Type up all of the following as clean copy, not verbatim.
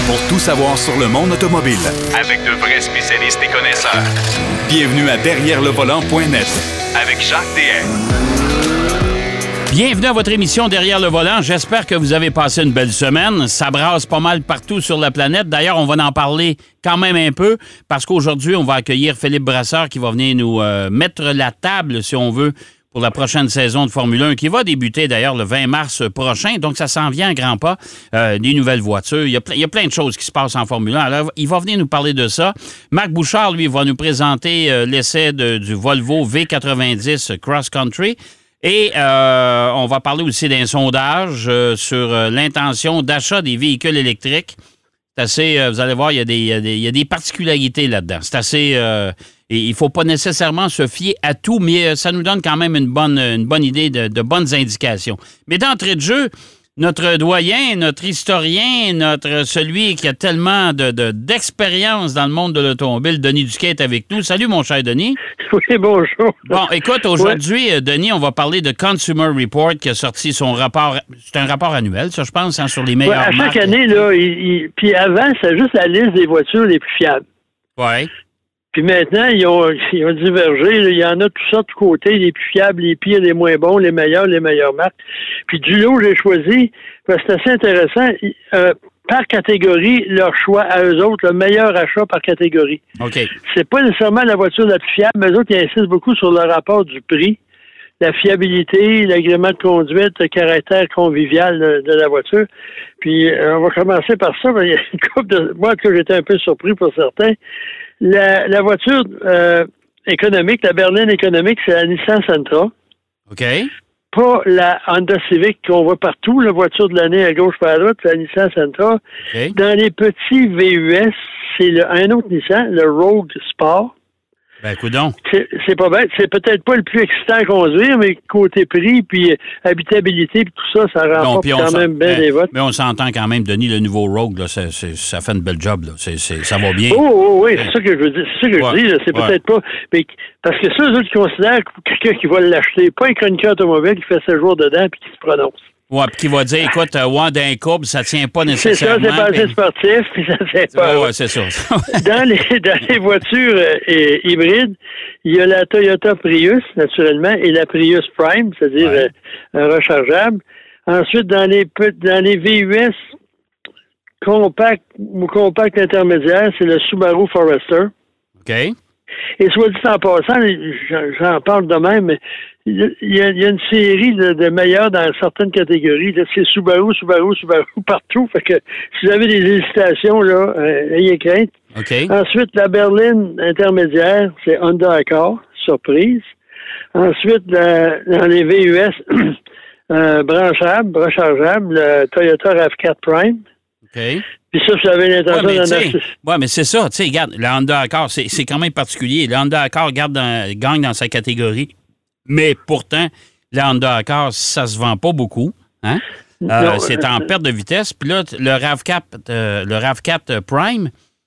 pour tout savoir sur le monde automobile. Avec de vrais spécialistes et connaisseurs. Bienvenue à DerrièreLeVolant.net avec Jacques DM. Bienvenue à votre émission Derrière le volant. J'espère que vous avez passé une belle semaine. Ça brasse pas mal partout sur la planète. D'ailleurs, on va en parler quand même un peu parce qu'aujourd'hui, on va accueillir Philippe Brasseur qui va venir nous mettre la table, si on veut, pour la prochaine saison de Formule 1 qui va débuter d'ailleurs le 20 mars prochain. Donc, ça s'en vient à grands pas. Des nouvelles voitures. Il y a plein de choses qui se passent en Formule 1. Alors, il va venir nous parler de ça. Marc Bouchard, lui, va nous présenter l'essai du Volvo V90 Cross Country. Et on va parler aussi d'un sondage sur l'intention d'achat des véhicules électriques. C'est assez, vous allez voir, il y a des particularités là-dedans. C'est assez... et il ne faut pas nécessairement se fier à tout, mais ça nous donne quand même une bonne idée de bonnes indications. Mais d'entrée de jeu, notre doyen, notre historien, celui qui a tellement d'expérience dans le monde de l'automobile, Denis Duquet est avec nous. Salut, mon cher Denis. Oui, bonjour. Bon, écoute, aujourd'hui, Denis, on va parler de Consumer Report qui a sorti son rapport. C'est un rapport annuel, ça, je pense, hein, sur les meilleures marques. À chaque année, là, puis avant, c'est juste la liste des voitures les plus fiables. Oui. Puis maintenant, ils ont divergé. Là. Il y en a toutes sortes de côtés, les plus fiables, les pires, les moins bons, les meilleures marques. Puis du lot, j'ai choisi, parce que c'est assez intéressant, par catégorie, leur choix à eux autres, le meilleur achat par catégorie. OK. C'est pas nécessairement la voiture la plus fiable, mais eux autres, ils insistent beaucoup sur le rapport du prix, la fiabilité, l'agrément de conduite, le caractère convivial de la voiture. Puis, on va commencer par ça. Il y a une couple de... Moi, que j'étais un peu surpris pour certains. La voiture économique, la berline économique, c'est la Nissan Sentra. OK. Pas la Honda Civic qu'on voit partout, la voiture de l'année à gauche par à droite, c'est la Nissan Sentra. Okay. Dans les petits VUS, c'est un autre Nissan, le Rogue Sport. Ben, coudonc. C'est pas bête. C'est peut-être pas le plus excitant à conduire, mais côté prix, puis habitabilité, puis tout ça, ça remporte quand même bien des votes. Mais on s'entend quand même, Denis, le nouveau Rogue, là, ça fait une belle job. Là. Ça va bien. Oui, c'est ça que je veux dire. C'est ça que je dis. Là. C'est peut-être pas... Mais, parce que ça, eux autres, qui considèrent quelqu'un qui va l'acheter, pas un chroniqueur automobile qui fait 7 jours dedans puis qui se prononce. Oui, puis qui va dire, écoute, d'un courbe, ça tient pas nécessairement. C'est ça, c'est pas assez sportif, puis ça tient pas. Oui, c'est ça. Dans les voitures hybrides, il y a la Toyota Prius, naturellement, et la Prius Prime, c'est-à-dire un rechargeable. Ensuite, dans les VUS compact ou compact intermédiaire, c'est le Subaru Forester. OK. Et soit dit en passant, j'en parle de même, mais il y a une série de meilleurs dans certaines catégories. Là, c'est Subaru partout. Fait que si vous avez des hésitations, là, ayez crainte. Okay. Ensuite, la berline intermédiaire, c'est Honda Accord, surprise. Ensuite, dans les VUS rechargeable, le Toyota RAV4 Prime. OK. Puis ça, vous avez l'intention d'en acheter. Oui, mais c'est ça. Tu sais, regarde, le Honda Accord, c'est quand même particulier. Le Honda Accord gagne dans sa catégorie. Mais pourtant, le Honda Accord, ça se vend pas beaucoup. Hein? C'est en perte de vitesse. Puis là, le RAV4 Prime,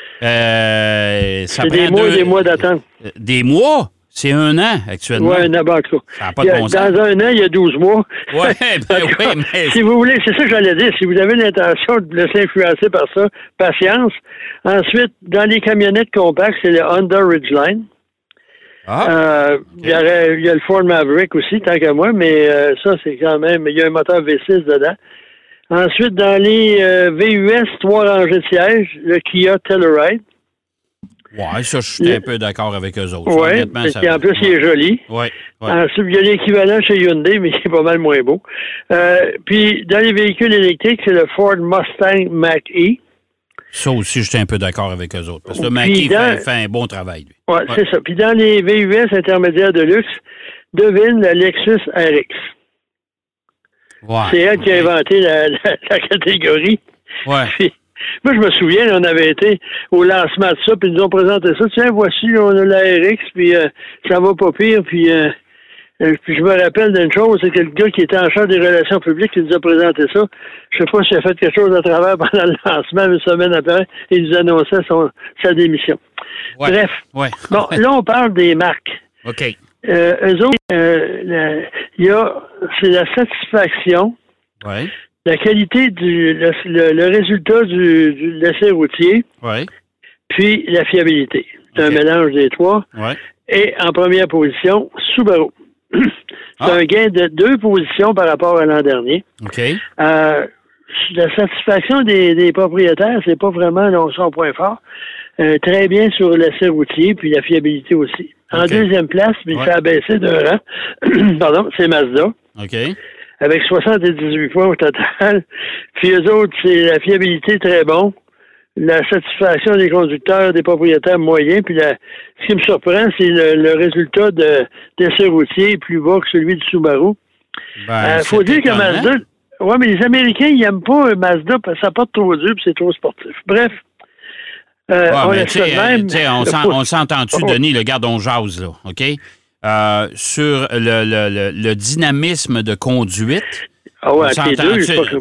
ça prend des mois d'attente. Des mois? C'est 1 an, actuellement. Oui, un an, en tout cas. Ça n'a pas de bon sens. Dans 1 an, il y a 12 mois. Oui, mais... Si vous voulez, c'est ça que j'allais dire. Si vous avez l'intention de laisser influencer par ça, patience. Ensuite, dans les camionnettes compactes, c'est le Honda Ridgeline. Okay. Il y a le Ford Maverick aussi, tant qu'à moi, mais ça, c'est quand même... Il y a un moteur V6 dedans. Ensuite, dans les VUS, 3 rangées de sièges, le Kia Telluride. Oui, ça, je suis un peu d'accord avec eux autres. Oui, et en plus, il est joli. Oui. Ensuite, il y a l'équivalent chez Hyundai, mais c'est pas mal moins beau. Puis, dans les véhicules électriques, c'est le Ford Mustang Mach-E. Ça aussi, je suis un peu d'accord avec eux autres. Parce que le Mach-E fait un bon travail, lui. Oui, c'est ça. Puis, dans les VUS intermédiaires de luxe, devine la Lexus RX. Ouais. C'est elle qui a inventé la catégorie. Oui. Moi, je me souviens, on avait été au lancement de ça, puis ils nous ont présenté ça. Tiens, voici, on a la RX, puis ça va pas pire, puis je me rappelle d'une chose, c'est que le gars qui était en charge des relations publiques, qui nous a présenté ça, je sais pas s'il a fait quelque chose à travers pendant le lancement, une semaine après, il nous annonçait sa démission. Ouais. Bref. Ouais. Bon, là, on parle des marques. OK. Eux autres, c'est la satisfaction. Ouais. la qualité le résultat du l'essai routier, puis la fiabilité. C'est un mélange des trois. Ouais. Et en première position, Subaru. C'est un gain de 2 positions par rapport à l'an dernier. OK. La satisfaction des propriétaires, c'est pas vraiment son point fort. Très bien sur l'essai routier, puis la fiabilité aussi. En deuxième place, puis ça a baissé d'un rang, pardon, c'est Mazda. OK. Avec 78 points au total. Puis eux autres, c'est la fiabilité très bon. La satisfaction des conducteurs, des propriétaires moyens. Puis ce qui me surprend, c'est le résultat d'essai routier est plus bas que celui du Subaru. Faut dire que Mazda... Oui, mais les Américains, ils n'aiment pas Mazda parce que ça porte trop dur et c'est trop sportif. Bref. On s'entend-tu, Denis, le garde on jase, là, OK? Sur le dynamisme de conduite. On s'entend-tu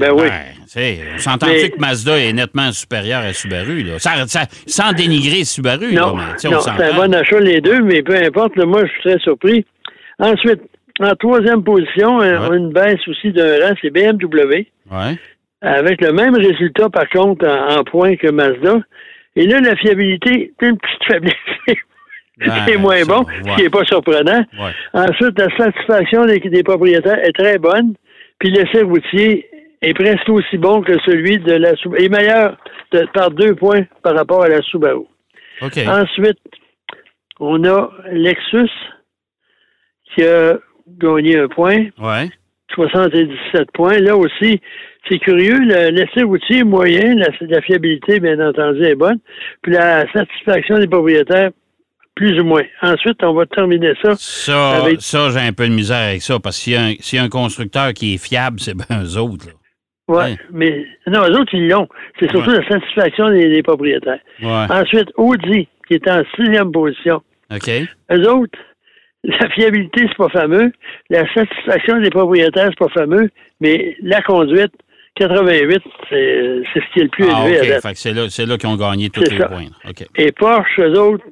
que Mazda est nettement supérieur à Subaru, là? Sans dénigrer Subaru, non, là. C'est un bon achat, les deux, mais peu importe, là, moi, je suis très surpris. Ensuite, en troisième position, une baisse aussi d'un rang, c'est BMW. Ouais. Avec le même résultat, par contre, en points que Mazda. Et là, la fiabilité, c'est une petite faiblesse. C'est moins bon, ce qui n'est pas surprenant. Ouais. Ensuite, la satisfaction des propriétaires est très bonne. Puis l'essai routier est presque aussi bon que celui de la Subaru. Il est meilleur par 2 points par rapport à la Subaru. Okay. Ensuite, on a Lexus qui a gagné 1 point. Ouais. 77 points. Là aussi, c'est curieux, l'essai routier est moyen, la fiabilité, bien entendu, est bonne. Puis la satisfaction des propriétaires, plus ou moins. Ensuite, on va terminer ça. Ça, j'ai un peu de misère avec ça, parce que s'il y a un constructeur qui est fiable, c'est bien eux autres, là. Oui, mais non, eux autres, ils l'ont. C'est surtout la satisfaction des propriétaires. Ouais. Ensuite, Audi, qui est en 6e position. OK. Eux autres, la fiabilité, c'est pas fameux. La satisfaction des propriétaires, c'est pas fameux. Mais la conduite, 88, c'est ce qui est le plus élevé à date. Fait que c'est là qu'ils ont gagné tous les points. Okay. Et Porsche, eux autres,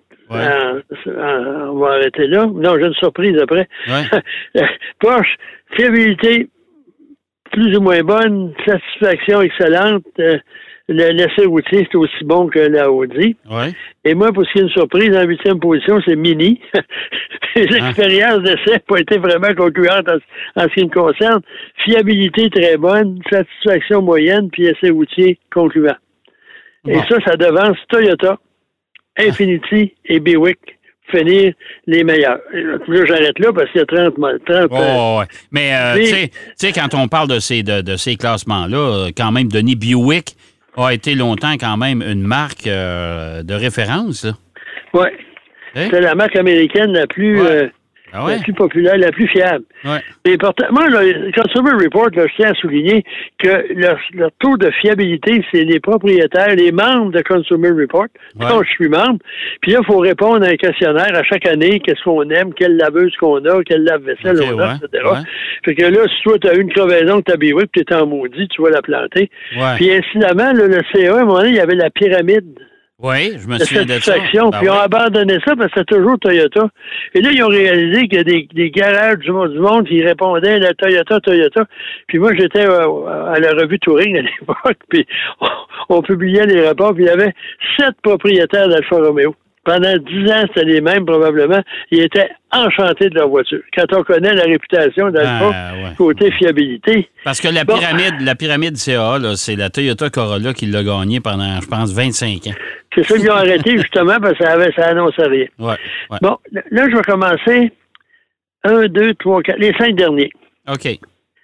on va arrêter là. Non, j'ai une surprise après. Ouais. Porsche, fiabilité plus ou moins bonne, satisfaction excellente. L'essai routier, c'est aussi bon que la Audi. Ouais. Et moi, pour ce qui est une surprise, en 8e position, c'est Mini. Les expériences d'essai n'ont pas été vraiment concluantes en ce qui me concerne. Fiabilité très bonne, satisfaction moyenne, puis essai routier concluant. Bon. Et ça devance Toyota, Infiniti et Buick. Finir les meilleurs. Là, j'arrête là parce qu'il y a 30 ouais. Mais, tu sais, quand on parle de ces classements-là, quand même, Denis, Buick a été longtemps quand même une marque de référence. Oui. C'est la marque américaine la plus la plus populaire, la plus fiable. Ouais. Et moi, le Consumer Report, là, je tiens à souligner que leur taux de fiabilité, c'est les propriétaires, les membres de Consumer Report, dont je suis membre. Puis là, il faut répondre à un questionnaire à chaque année, qu'est-ce qu'on aime, quelle laveuse qu'on a, quelle lave-vaisselle on a, etc. Ouais. Fait que là, si toi, tu as une crevaison que tu as Buick, puis tu es en maudit, tu vas la planter. Ouais. Puis incidemment, là, le CA, à un moment donné, il y avait la pyramide. Oui, je me souviens de ça. Puis ils ont abandonné ça parce que c'était toujours Toyota. Et là, ils ont réalisé qu'il y a des garages du monde qui répondaient à la Toyota. Puis moi, j'étais à la revue Touring à l'époque, puis on publiait les rapports, puis il y avait 7 propriétaires d'Alfa Romeo. Pendant 10 ans, c'était les mêmes, probablement. Ils étaient enchantés de leur voiture. Quand on connaît la réputation d'Alfa, côté fiabilité. Parce que la pyramide CA, là, c'est la Toyota Corolla qui l'a gagné pendant, je pense, 25 ans. C'est ça qu'ils ont arrêté, justement, parce que ça annonçait rien. Ouais. Bon, là, je vais commencer 1, 2, 3, 4, les 5 derniers. OK.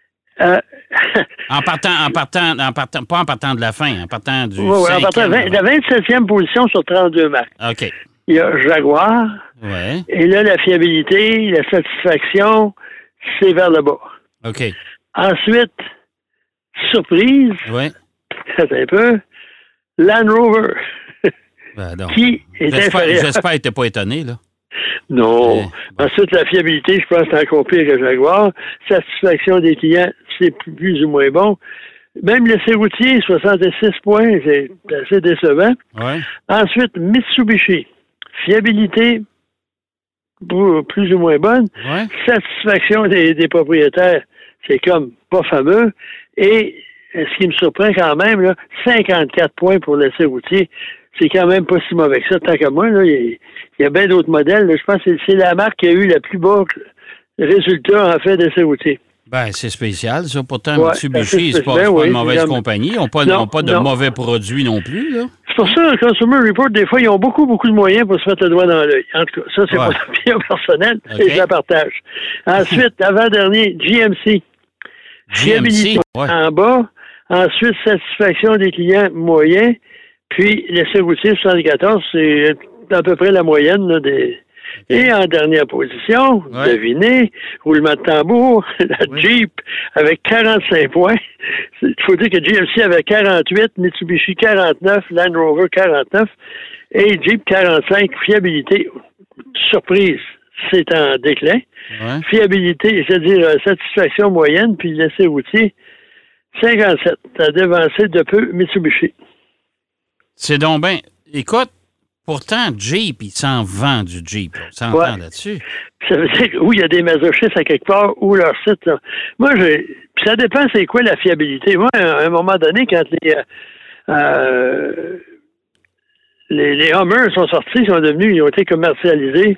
En partant, pas en partant de la fin, en partant du. Oui, en partant de la 27e position sur 32 marques. OK. Il y a Jaguar. Ouais. Et là, la fiabilité, la satisfaction, c'est vers le bas. OK. Ensuite, surprise. Oui. C'est un peu. Land Rover. Qui est inférieur. J'espère que tu n'es pas étonné, là. Non. Ensuite, la fiabilité, je pense que c'est encore pire que Jaguar. Satisfaction des clients, c'est plus ou moins bon. Même l'essai routier, 66 points, c'est assez décevant. Ouais. Ensuite, Mitsubishi. Fiabilité, plus ou moins bonne. Ouais. Satisfaction des propriétaires, c'est comme pas fameux. Et ce qui me surprend quand même, là, 54 points pour l'essai routier. C'est quand même pas si mauvais que ça, tant que moi. Là, il y a bien d'autres modèles. Là. Je pense que c'est la marque qui a eu le plus bas résultat, en fait, d'essai routier. Ben, c'est spécial, ça. Pourtant, Mitsubishi, c'est pas une mauvaise compagnie. Ils n'ont pas de mauvais produits non plus, là. C'est pour ça, le Consumer Report, des fois, ils ont beaucoup de moyens pour se mettre le doigt dans l'œil. En tout cas, ça, c'est pas l'opinion personnelle, et je la partage. Ensuite, avant-dernier, GMC. Fiabilité en bas. Ensuite, satisfaction des clients moyen. Puis, l'essai routier 74, c'est à peu près la moyenne là, des... Et en dernière position, devinez, roulement de tambour, la Jeep avec 45 points. Il faut dire que GMC avait 48, Mitsubishi 49, Land Rover 49 et Jeep 45. Fiabilité, surprise, c'est en déclin. Ouais. Fiabilité, c'est-à-dire satisfaction moyenne, puis l'essai routier, 57. Ça a devancé de peu Mitsubishi. C'est donc bien. Écoute, pourtant, Jeep, il s'en vend du Jeep. On s'entend là-dessus. Ça veut dire il y a des masochistes à quelque part ou leur site. Là. Moi, puis ça dépend c'est quoi la fiabilité. Moi, à un moment donné, quand les Hummers sont sortis, ils ont été commercialisés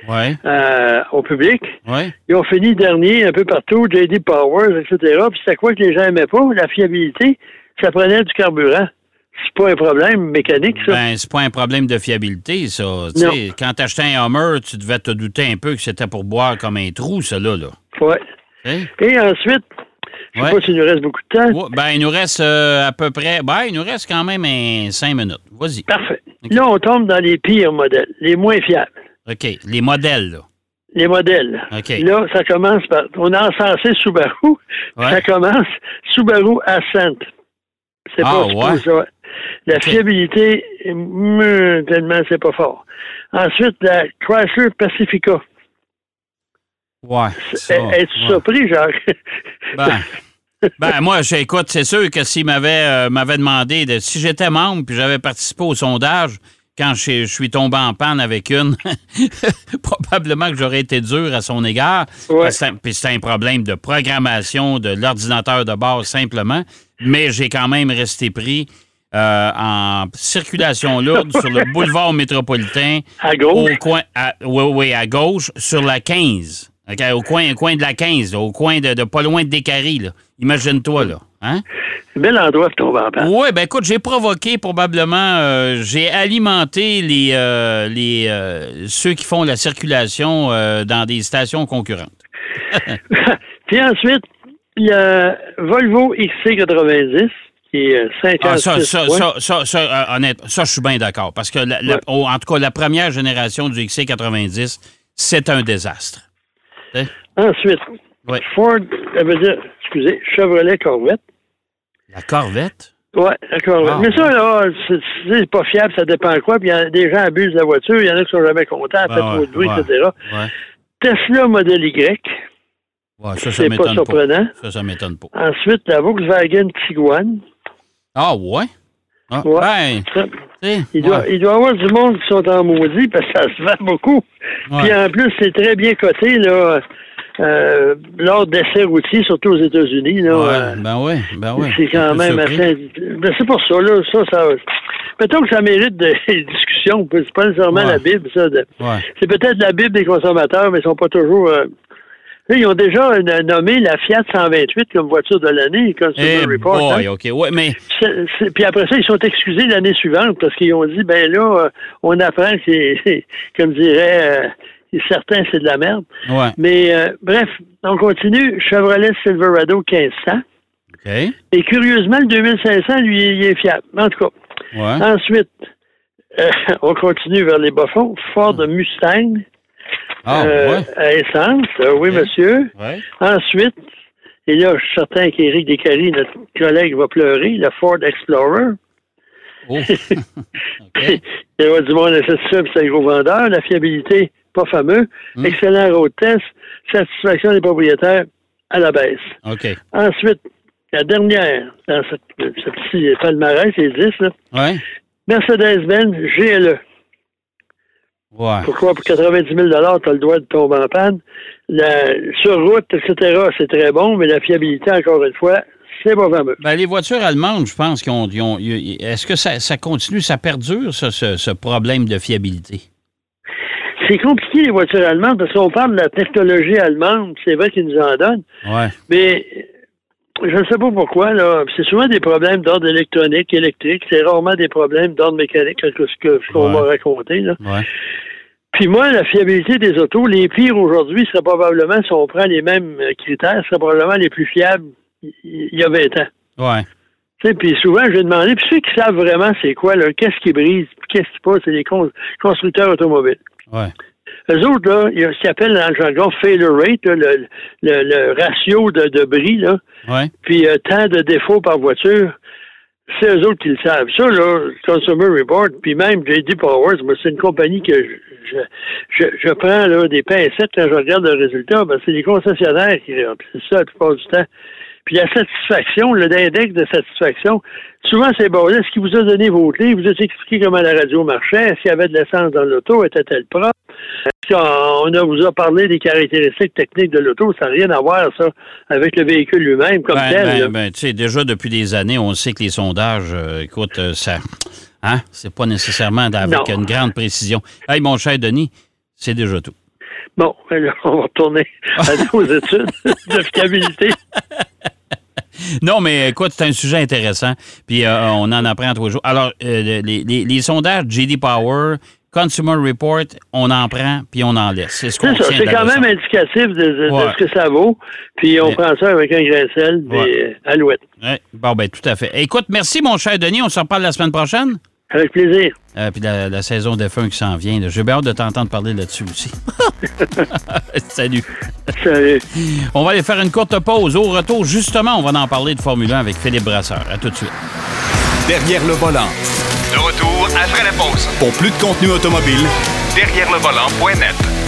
au public. Ouais. Ils ont fini dernier un peu partout, J.D. Powers, etc. Puis c'était quoi que les gens n'aimaient pas? La fiabilité, ça prenait du carburant. C'est pas un problème mécanique, ça. Ben, c'est pas un problème de fiabilité, ça. T'sais, quand t'achetais un Hummer, tu devais te douter un peu que c'était pour boire comme un trou, ça, là. Oui. Et ensuite, je sais pas s'il nous reste beaucoup de temps. Ouais, ben, il nous reste à peu près... Ben, il nous reste quand même 5 minutes. Vas-y. Parfait. Okay. Là, on tombe dans les pires modèles, les moins fiables. OK. Les modèles, là. Les modèles. OK. Là, ça commence par... On a encensé Subaru. Ça commence Subaru Ascent. C'est pas ça. La fiabilité, tellement c'est pas fort. Ensuite, la Chrysler Pacifica. Ouais. Es-tu surpris, Jacques? Ben moi, écoute, c'est sûr que s'il m'avait demandé, si j'étais membre puis j'avais participé au sondage, quand je suis tombé en panne avec une, probablement que j'aurais été dur à son égard. Ouais. Puis c'est un problème de programmation de l'ordinateur de base, simplement. Mais j'ai quand même resté pris en circulation lourde sur le boulevard métropolitain. À gauche? À gauche, sur la 15. Okay, au coin de la 15, là, au coin de pas loin de Décarie, là. Imagine-toi, là. Hein? C'est un bel endroit pour tomber en panne. Oui, ben écoute, j'ai provoqué probablement, j'ai alimenté ceux qui font la circulation dans des stations concurrentes. Puis ensuite, il y a Volvo XC90 qui est 56 honnêtement, ça, je suis bien d'accord. Parce que, en tout cas, la première génération du XC90, c'est un désastre. Ensuite, Ford, ça veut dire, Chevrolet Corvette. La Corvette? Oui, la Corvette. Mais ça, là, c'est pas fiable, ça dépend de quoi. Puis des gens abusent de la voiture, il y en a qui sont jamais contents, fait trop de bruit, etc. Ouais. Tesla Model Y. Ouais, c'est pas surprenant. Ça m'étonne pas. Ensuite, la Volkswagen Tiguan. Ah, ouais? Ah, ouais. Il doit y avoir du monde qui sont en maudit parce que ça se vend beaucoup. Ouais. Puis en plus, c'est très bien coté, là. Lors d'essais routiers, surtout aux États-Unis. Là, ben oui. C'est quand même assez... Ben, c'est pour ça, là. Ça... Mettons que ça mérite des discussions. C'est pas nécessairement la Bible, ça. C'est peut-être la Bible des consommateurs, mais ils sont pas toujours... Là, ils ont déjà nommé la Fiat 128 comme voiture de l'année, Consumer Report. OK. Ouais, mais... Puis après ça, ils sont excusés l'année suivante parce qu'ils ont dit, ben là, on apprend que c'est, comme dirait... certains, c'est de la merde. Ouais. Mais bref, on continue. Chevrolet Silverado 1500. OK. Et curieusement, le 2500, lui, il est fiable. En tout cas. Ouais. Ensuite, on continue vers les bas-fonds. Ford Mustang. À essence. Oui, monsieur. Ouais. Ensuite, et là, je suis certain qu'Éric Descaries, notre collègue, va pleurer. Le Ford Explorer. Oh. Okay. Il y a du monde à ça, puis c'est un gros vendeur. La fiabilité, pas fameux. Excellent road test. Satisfaction des propriétaires à la baisse. OK. Ensuite, la dernière, dans ce petit palmarès, c'est 10, là. Ouais. Mercedes-Benz GLE. Ouais. Pourquoi? Pour 90 000 tu as le droit de tomber en panne. Sur route, etc., c'est très bon, mais la fiabilité, encore une fois, c'est pas fameux. Ben, les voitures allemandes, je pense est-ce que ça continue, ça perdure, ce problème de fiabilité? C'est compliqué, les voitures allemandes, parce qu'on parle de la technologie allemande, c'est vrai qu'ils nous en donnent. Ouais. Mais je ne sais pas pourquoi, là. C'est souvent des problèmes d'ordre électronique, électrique. C'est rarement des problèmes d'ordre mécanique, ce qu'on m'a raconté, là. Ouais. Puis moi, la fiabilité des autos, les pires aujourd'hui seraient probablement, si on prend les mêmes critères, seraient probablement les plus fiables il y a 20 ans. Ouais. Tu sais, puis souvent, j'ai demandé, puis ceux qui savent vraiment c'est quoi, là, qu'est-ce qui brise, puis qu'est-ce qui passe, c'est les constructeurs automobiles. Ouais. Eux autres, là, il y a ce qu'ils appellent dans le jargon failure rate, là, le ratio de bris, là. Ouais. Puis tant de défauts par voiture. C'est eux autres qui le savent. Ça, là, Consumer Report, puis même J.D. Power, moi, c'est une compagnie que je prends là, des pincettes quand je regarde le résultat. Ben, c'est les concessionnaires qui remplissent ça la plupart du temps. Puis la satisfaction, l'index de satisfaction, souvent c'est bon. Est-ce qu'il vous a donné vos clés? Il vous a expliqué comment la radio marchait? Est-ce qu'il y avait de l'essence dans l'auto? Était-elle propre? Est-ce qu'on vous a parlé des caractéristiques techniques de l'auto? Ça n'a rien à voir, ça, avec le véhicule lui-même comme tel. Tu sais, déjà depuis des années, on sait que les sondages, ça... Hein? C'est pas nécessairement avec une grande précision. Hey, mon cher Denis, c'est déjà tout. Bon, alors, on va retourner à nos études de fiabilité. Non, mais écoute, c'est un sujet intéressant. Puis on en apprend tous les jours. Alors, les sondages J.D. Power, Consumer Report, on en prend puis on en laisse. C'est ce qu'on c'est quand même indicatif de ce que ça vaut. Puis on prend ça avec un grain de sel et alouette. Ouais. Bon, ben tout à fait. Écoute, merci, mon cher Denis. On se reparle la semaine prochaine. Avec plaisir. Puis la saison de fun qui s'en vient. J'ai bien hâte de t'entendre parler là-dessus aussi. Salut. Salut. On va aller faire une courte pause. Au retour, justement, on va en parler de Formule 1 avec Philippe Brasseur. À tout de suite. Derrière le volant. De retour après la pause. Pour plus de contenu automobile, Derrière le volant.net.